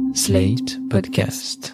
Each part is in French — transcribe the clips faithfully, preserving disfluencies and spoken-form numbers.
Slate Podcast.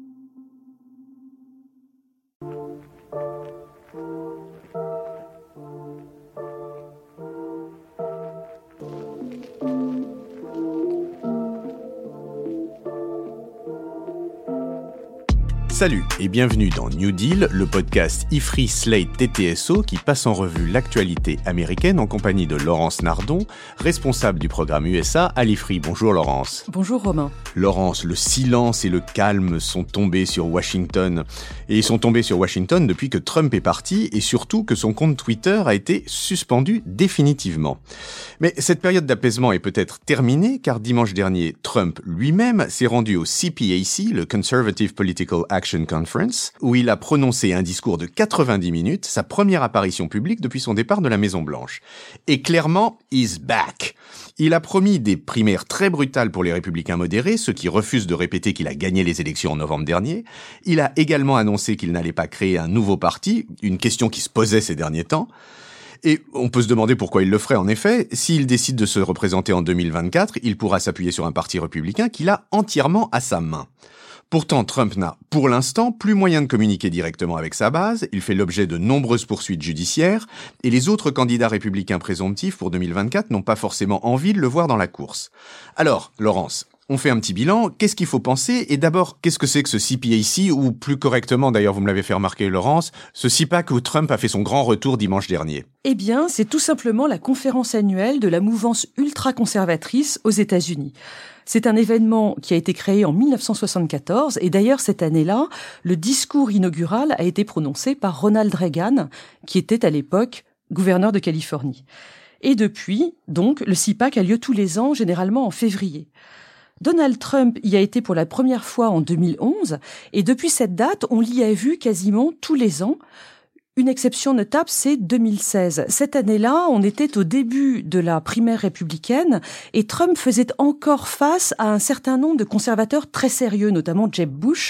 Salut et bienvenue dans New Deal, le podcast I F R I Slate T T S O qui passe en revue l'actualité américaine en compagnie de Laurence Nardon, responsable du programme U S A à l'I F R I. Bonjour Laurence. Bonjour Romain. Laurence, le silence et le calme sont tombés sur Washington. Et ils sont tombés sur Washington depuis que Trump est parti et surtout que son compte Twitter a été suspendu définitivement. Mais cette période d'apaisement est peut-être terminée car dimanche dernier, Trump lui-même s'est rendu au C P A C, le Conservative Political Action Conference, où il a prononcé un discours de quatre-vingt-dix minutes, sa première apparition publique depuis son départ de la Maison-Blanche. Et clairement, he's back. Il a promis des primaires très brutales pour les républicains modérés, ceux qui refusent de répéter qu'il a gagné les élections en novembre dernier. Il a également annoncé qu'il n'allait pas créer un nouveau parti, une question qui se posait ces derniers temps. Et on peut se demander pourquoi il le ferait en effet. S'il décide de se représenter en deux mille vingt-quatre, il pourra s'appuyer sur un parti républicain qu'il a entièrement à sa main. Pourtant, Trump n'a, pour l'instant, plus moyen de communiquer directement avec sa base. Il fait l'objet de nombreuses poursuites judiciaires et les autres candidats républicains présomptifs pour deux mille vingt-quatre n'ont pas forcément envie de le voir dans la course. Alors, Laurence, on fait un petit bilan. Qu'est-ce qu'il faut penser? Et d'abord, qu'est-ce que c'est que ce C P A C, ou plus correctement, d'ailleurs, vous me l'avez fait remarquer, Laurence, ce C PAC où Trump a fait son grand retour dimanche dernier? Eh bien, c'est tout simplement la conférence annuelle de la mouvance ultra-conservatrice aux États-Unis. C'est un événement qui a été créé en mille neuf cent soixante-quatorze et d'ailleurs cette année-là, le discours inaugural a été prononcé par Ronald Reagan, qui était à l'époque gouverneur de Californie. Et depuis, donc, le C PAC a lieu tous les ans, généralement en février. Donald Trump y a été pour la première fois en deux mille onze et depuis cette date, on l'y a vu quasiment tous les ans. Une exception notable, c'est deux mille seize. Cette année-là, on était au début de la primaire républicaine et Trump faisait encore face à un certain nombre de conservateurs très sérieux, notamment Jeb Bush.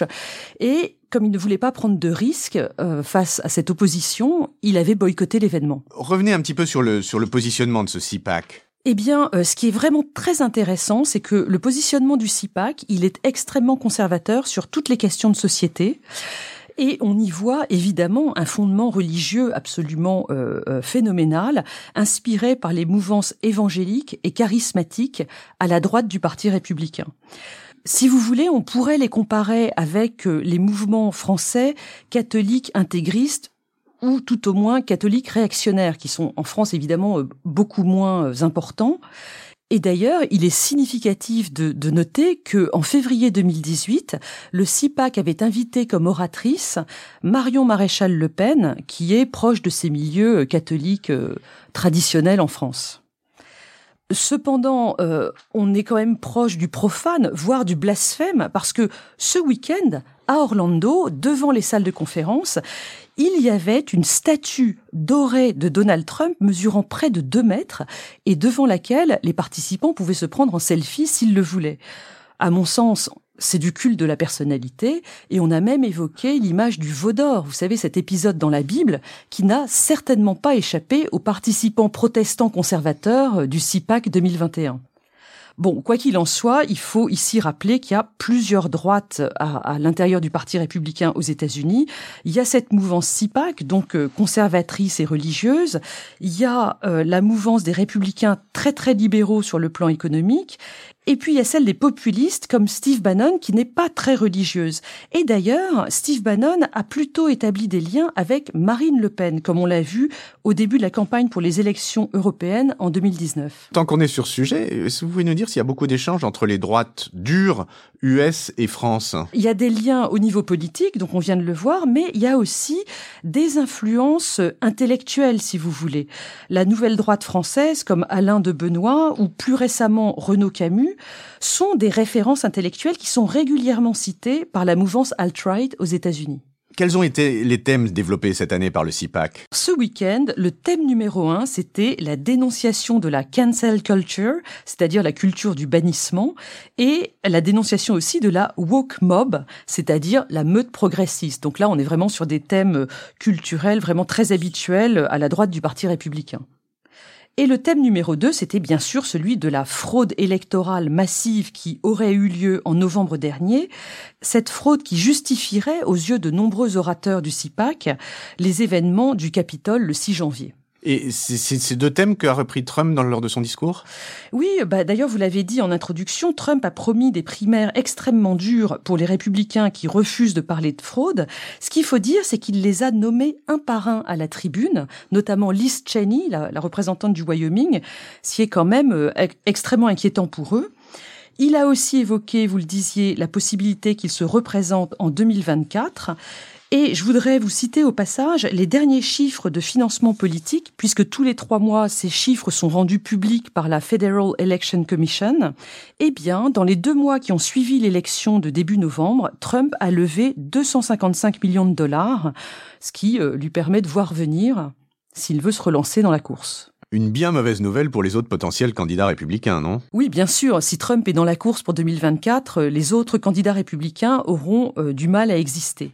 Et comme il ne voulait pas prendre de risques euh, face à cette opposition, il avait boycotté l'événement. Revenez un petit peu sur le, sur le positionnement de ce C PAC. Eh bien, euh, ce qui est vraiment très intéressant, c'est que le positionnement du C PAC, il est extrêmement conservateur sur toutes les questions de société. Et on y voit évidemment un fondement religieux absolument euh, euh, phénoménal, inspiré par les mouvances évangéliques et charismatiques à la droite du Parti républicain. Si vous voulez, on pourrait les comparer avec euh, les mouvements français catholiques intégristes ou tout au moins catholiques réactionnaires, qui sont en France évidemment euh, beaucoup moins euh, importants. Et d'ailleurs, il est significatif de, de noter que en février deux mille dix-huit, le C PAC avait invité comme oratrice Marion Maréchal Le Pen, qui est proche de ces milieux catholiques euh, traditionnels en France. Cependant, euh, on est quand même proche du profane, voire du blasphème, parce que ce week-end, à Orlando, devant les salles de conférence, il y avait une statue dorée de Donald Trump mesurant près de deux mètres et devant laquelle les participants pouvaient se prendre en selfie s'ils le voulaient. À mon sens, c'est du culte de la personnalité et on a même évoqué l'image du veau d'or. Vous savez, cet épisode dans la Bible qui n'a certainement pas échappé aux participants protestants conservateurs du C PAC deux mille vingt et un. Bon, quoi qu'il en soit, il faut ici rappeler qu'il y a plusieurs droites à, à l'intérieur du Parti républicain aux États-Unis. Il y a cette mouvance C PAC, donc euh, conservatrice et religieuse. Il y a euh, la mouvance des républicains très très libéraux sur le plan économique. Et puis, il y a celle des populistes comme Steve Bannon, qui n'est pas très religieuse. Et d'ailleurs, Steve Bannon a plutôt établi des liens avec Marine Le Pen, comme on l'a vu au début de la campagne pour les élections européennes en deux mille dix-neuf. Tant qu'on est sur ce sujet, est-ce que vous pouvez nous dire s'il y a beaucoup d'échanges entre les droites dures, U S et France? Il y a des liens au niveau politique, donc on vient de le voir, mais il y a aussi des influences intellectuelles, si vous voulez. La nouvelle droite française, comme Alain de Benoît, ou plus récemment Renaud Camus, sont des références intellectuelles qui sont régulièrement citées par la mouvance alt-right aux États-Unis. Quels ont été les thèmes développés cette année par le C PAC? Ce week-end, le thème numéro un, c'était la dénonciation de la cancel culture, c'est-à-dire la culture du bannissement, et la dénonciation aussi de la woke mob, c'est-à-dire la meute progressiste. Donc là, on est vraiment sur des thèmes culturels vraiment très habituels à la droite du Parti républicain. Et le thème numéro deux, c'était bien sûr celui de la fraude électorale massive qui aurait eu lieu en novembre dernier. Cette fraude qui justifierait, aux yeux de nombreux orateurs du C PAC, les événements du Capitole le six janvier. Et c'est ces deux thèmes qu'a repris Trump dans, lors de son discours ? Oui, bah d'ailleurs, vous l'avez dit en introduction, Trump a promis des primaires extrêmement dures pour les républicains qui refusent de parler de fraude. Ce qu'il faut dire, c'est qu'il les a nommés un par un à la tribune, notamment Liz Cheney, la, la représentante du Wyoming, ce qui est quand même euh, extrêmement inquiétant pour eux. Il a aussi évoqué, vous le disiez, la possibilité qu'il se représente en deux mille vingt-quatre. Et je voudrais vous citer au passage les derniers chiffres de financement politique, puisque tous les trois mois, ces chiffres sont rendus publics par la Federal Election Commission. Eh bien, dans les deux mois qui ont suivi l'élection de début novembre, Trump a levé deux cent cinquante-cinq millions de dollars, ce qui euh, lui permet de voir venir s'il veut se relancer dans la course. Une bien mauvaise nouvelle pour les autres potentiels candidats républicains, non ? Oui, bien sûr. Si Trump est dans la course pour deux mille vingt-quatre, les autres candidats républicains auront euh, du mal à exister.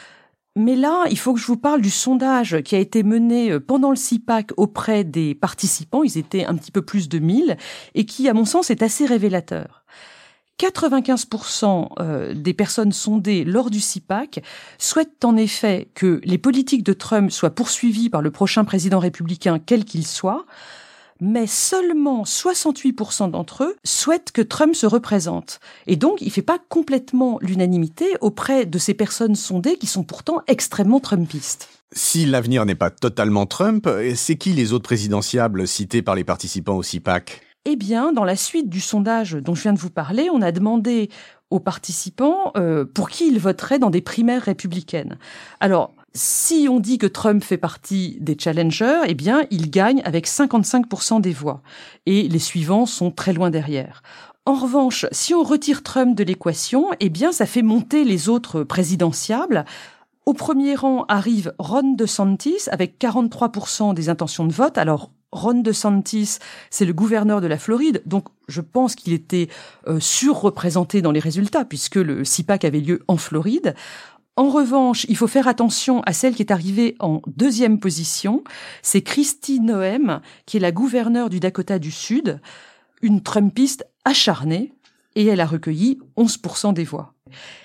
Mais là, il faut que je vous parle du sondage qui a été mené pendant le C PAC auprès des participants. Ils étaient un petit peu plus de mille et qui, à mon sens, est assez révélateur. quatre-vingt-quinze pour cent des personnes sondées lors du C PAC souhaitent en effet que les politiques de Trump soient poursuivies par le prochain président républicain, quel qu'il soit, mais seulement soixante-huit pour cent d'entre eux souhaitent que Trump se représente. Et donc, il ne fait pas complètement l'unanimité auprès de ces personnes sondées qui sont pourtant extrêmement trumpistes. Si l'avenir n'est pas totalement Trump, c'est qui les autres présidentiables cités par les participants au C PAC ? Eh bien, dans la suite du sondage dont je viens de vous parler, on a demandé aux participants euh, pour qui ils voteraient dans des primaires républicaines. Alors, si on dit que Trump fait partie des challengers, eh bien, il gagne avec cinquante-cinq pour cent des voix. Et les suivants sont très loin derrière. En revanche, si on retire Trump de l'équation, eh bien, ça fait monter les autres présidentiables. Au premier rang arrive Ron DeSantis avec quarante-trois pour cent des intentions de vote. Alors, Ron DeSantis, c'est le gouverneur de la Floride, donc je pense qu'il était euh, surreprésenté dans les résultats puisque le C PAC avait lieu en Floride. En revanche, il faut faire attention à celle qui est arrivée en deuxième position. C'est Kristi Noem, qui est la gouverneure du Dakota du Sud, une Trumpiste acharnée, et elle a recueilli onze pour cent des voix.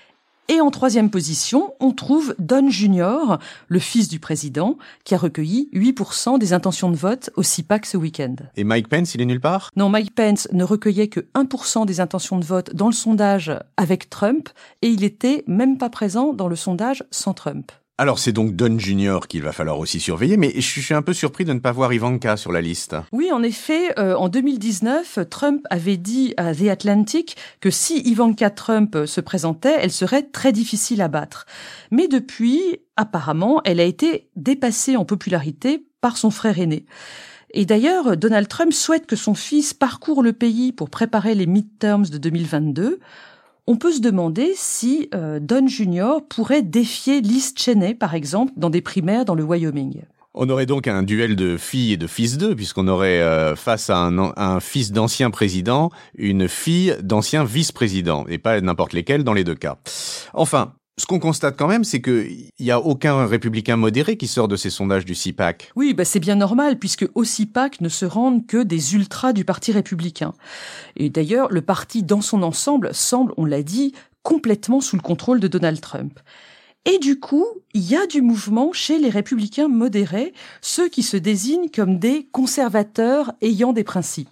Et en troisième position, on trouve Don Junior, le fils du président, qui a recueilli huit pour cent des intentions de vote au C PAC ce week-end. Et Mike Pence, il est nulle part ? Non, Mike Pence ne recueillait que un pour cent des intentions de vote dans le sondage avec Trump, et il était même pas présent dans le sondage sans Trump. Alors c'est donc Don Junior qu'il va falloir aussi surveiller, mais je suis un peu surpris de ne pas voir Ivanka sur la liste. Oui, en effet, euh, en deux mille dix-neuf, Trump avait dit à The Atlantic que si Ivanka Trump se présentait, elle serait très difficile à battre. Mais depuis, apparemment, elle a été dépassée en popularité par son frère aîné. Et d'ailleurs, Donald Trump souhaite que son fils parcourt le pays pour préparer les midterms de deux mille vingt-deux. On peut se demander si euh, Don Junior pourrait défier Liz Cheney, par exemple, dans des primaires dans le Wyoming. On aurait donc un duel de filles et de fils d'eux, puisqu'on aurait euh, face à un, un fils d'ancien président, une fille d'ancien vice-président, et pas n'importe lesquels dans les deux cas. Enfin, ce qu'on constate quand même, c'est qu'il n'y a aucun républicain modéré qui sort de ces sondages du C PAC. Oui, bah c'est bien normal, puisque au C PAC ne se rendent que des ultras du Parti républicain. Et d'ailleurs, le parti dans son ensemble semble, on l'a dit, complètement sous le contrôle de Donald Trump. Et du coup, il y a du mouvement chez les républicains modérés, ceux qui se désignent comme des conservateurs ayant des principes.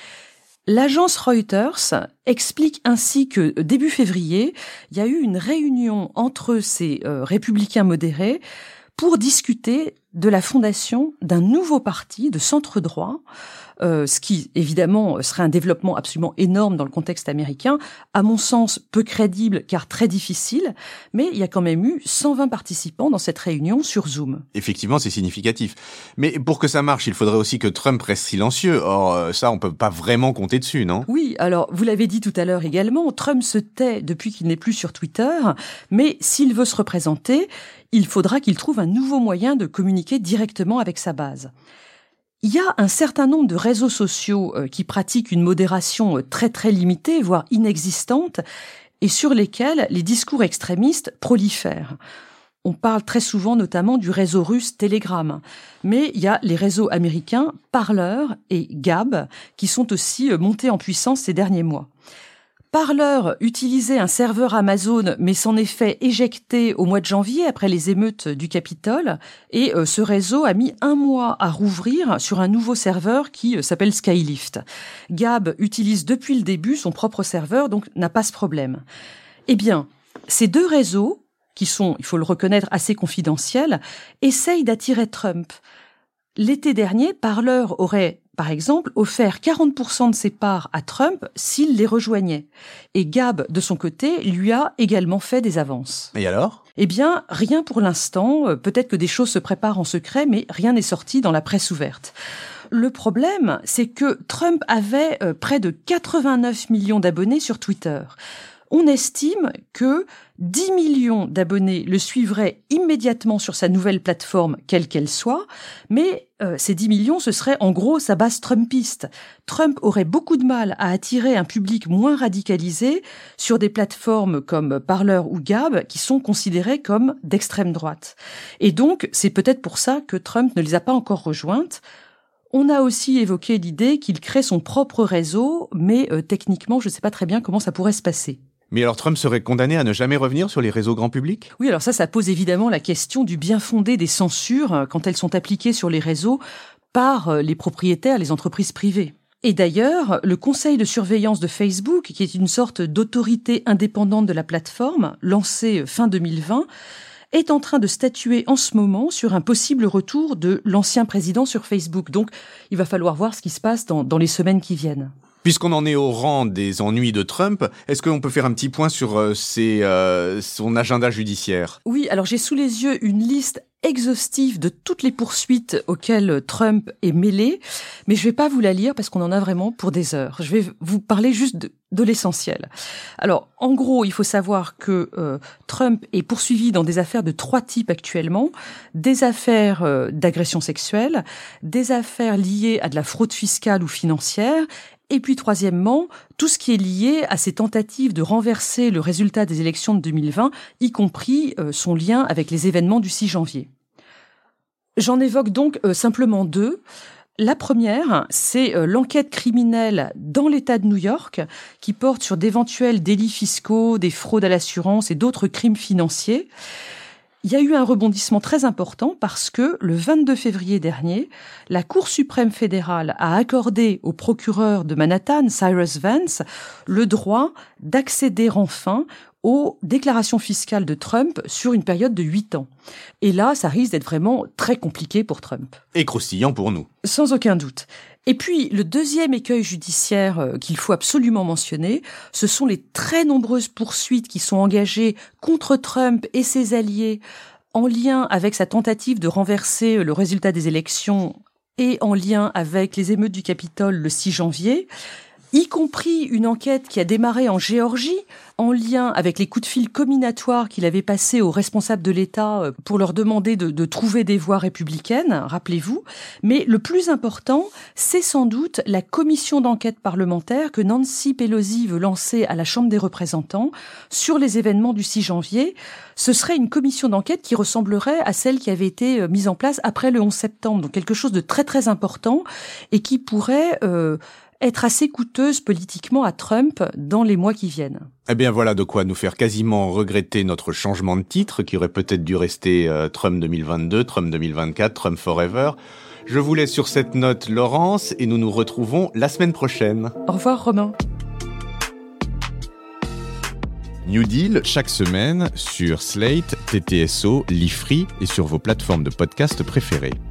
L'agence Reuters explique ainsi que début février, il y a eu une réunion entre ces euh, républicains modérés pour discuter de la fondation d'un nouveau parti de centre droit, euh, ce qui évidemment serait un développement absolument énorme dans le contexte américain, à mon sens peu crédible car très difficile, mais il y a quand même eu cent vingt participants dans cette réunion sur Zoom. Effectivement, c'est significatif. Mais pour que ça marche, il faudrait aussi que Trump reste silencieux. Or, ça, on peut pas vraiment compter dessus, non ? Oui, alors, vous l'avez dit tout à l'heure également, Trump se tait depuis qu'il n'est plus sur Twitter, mais s'il veut se représenter, il faudra qu'il trouve un nouveau moyen de communiquer directement avec sa base. Il y a un certain nombre de réseaux sociaux euh, qui pratiquent une modération euh, très très limitée, voire inexistante, et sur lesquels les discours extrémistes prolifèrent. On parle très souvent notamment du réseau russe Telegram. Mais il y a les réseaux américains Parler et Gab qui sont aussi montés en puissance ces derniers mois. Parler utilisait un serveur Amazon mais s'en est fait éjecter au mois de janvier après les émeutes du Capitole et euh, ce réseau a mis un mois à rouvrir sur un nouveau serveur qui euh, s'appelle Skylift. Gab utilise depuis le début son propre serveur donc n'a pas ce problème. Eh bien, ces deux réseaux, qui sont, il faut le reconnaître, assez confidentiels, essayent d'attirer Trump. L'été dernier, Parler aurait par exemple, offert quarante pour cent de ses parts à Trump s'il les rejoignait. Et Gab, de son côté, lui a également fait des avances. Et alors ? Eh bien, rien pour l'instant. Peut-être que des choses se préparent en secret, mais rien n'est sorti dans la presse ouverte. Le problème, c'est que Trump avait près de quatre-vingt-neuf millions d'abonnés sur Twitter. On estime que dix millions d'abonnés le suivraient immédiatement sur sa nouvelle plateforme, quelle qu'elle soit, mais euh, ces dix millions, ce serait en gros sa base trumpiste. Trump aurait beaucoup de mal à attirer un public moins radicalisé sur des plateformes comme Parler ou Gab, qui sont considérées comme d'extrême droite. Et donc, c'est peut-être pour ça que Trump ne les a pas encore rejointes. On a aussi évoqué l'idée qu'il crée son propre réseau, mais euh, techniquement, je ne sais pas très bien comment ça pourrait se passer. Mais alors Trump serait condamné à ne jamais revenir sur les réseaux grand public ? Oui, alors ça, ça pose évidemment la question du bien fondé des censures quand elles sont appliquées sur les réseaux par les propriétaires, les entreprises privées. Et d'ailleurs, le conseil de surveillance de Facebook, qui est une sorte d'autorité indépendante de la plateforme, lancé fin deux mille vingt, est en train de statuer en ce moment sur un possible retour de l'ancien président sur Facebook. Donc, il va falloir voir ce qui se passe dans, dans les semaines qui viennent. Puisqu'on en est au rang des ennuis de Trump, est-ce qu'on peut faire un petit point sur euh, ses, euh, son agenda judiciaire ? Oui, alors j'ai sous les yeux une liste exhaustive de toutes les poursuites auxquelles Trump est mêlé, mais je vais pas vous la lire parce qu'on en a vraiment pour des heures. Je vais vous parler juste de, de l'essentiel. Alors, en gros, il faut savoir que euh, Trump est poursuivi dans des affaires de trois types actuellement, des affaires euh, d'agression sexuelle, des affaires liées à de la fraude fiscale ou financière, et puis, troisièmement, tout ce qui est lié à ces tentatives de renverser le résultat des élections de deux mille vingt, y compris euh, son lien avec les événements du six janvier. J'en évoque donc euh, simplement deux. La première, c'est euh, l'enquête criminelle dans l'État de New York, qui porte sur d'éventuels délits fiscaux, des fraudes à l'assurance et d'autres crimes financiers. Il y a eu un rebondissement très important parce que le vingt-deux février dernier, la Cour suprême fédérale a accordé au procureur de Manhattan, Cyrus Vance, le droit d'accéder enfin aux déclarations fiscales de Trump sur une période de huit ans. Et là, ça risque d'être vraiment très compliqué pour Trump. Et croustillant pour nous. Sans aucun doute. Et puis, le deuxième écueil judiciaire qu'il faut absolument mentionner, ce sont les très nombreuses poursuites qui sont engagées contre Trump et ses alliés en lien avec sa tentative de renverser le résultat des élections et en lien avec les émeutes du Capitole le six janvier, y compris une enquête qui a démarré en Géorgie, en lien avec les coups de fil combinatoires qu'il avait passés aux responsables de l'État pour leur demander de, de trouver des voies républicaines, rappelez-vous. Mais le plus important, c'est sans doute la commission d'enquête parlementaire que Nancy Pelosi veut lancer à la Chambre des représentants sur les événements du six janvier. Ce serait une commission d'enquête qui ressemblerait à celle qui avait été mise en place après le onze septembre, donc quelque chose de très très important et qui pourrait euh, être assez coûteuse politiquement à Trump dans les mois qui viennent. Eh bien voilà de quoi nous faire quasiment regretter notre changement de titre qui aurait peut-être dû rester euh, Trump deux mille vingt-deux, Trump deux mille vingt-quatre, Trump Forever. Je vous laisse sur cette note, Laurence, et nous nous retrouvons la semaine prochaine. Au revoir, Romain. New Deal, chaque semaine, sur Slate, T T S O, l'I F R I et sur vos plateformes de podcast préférées.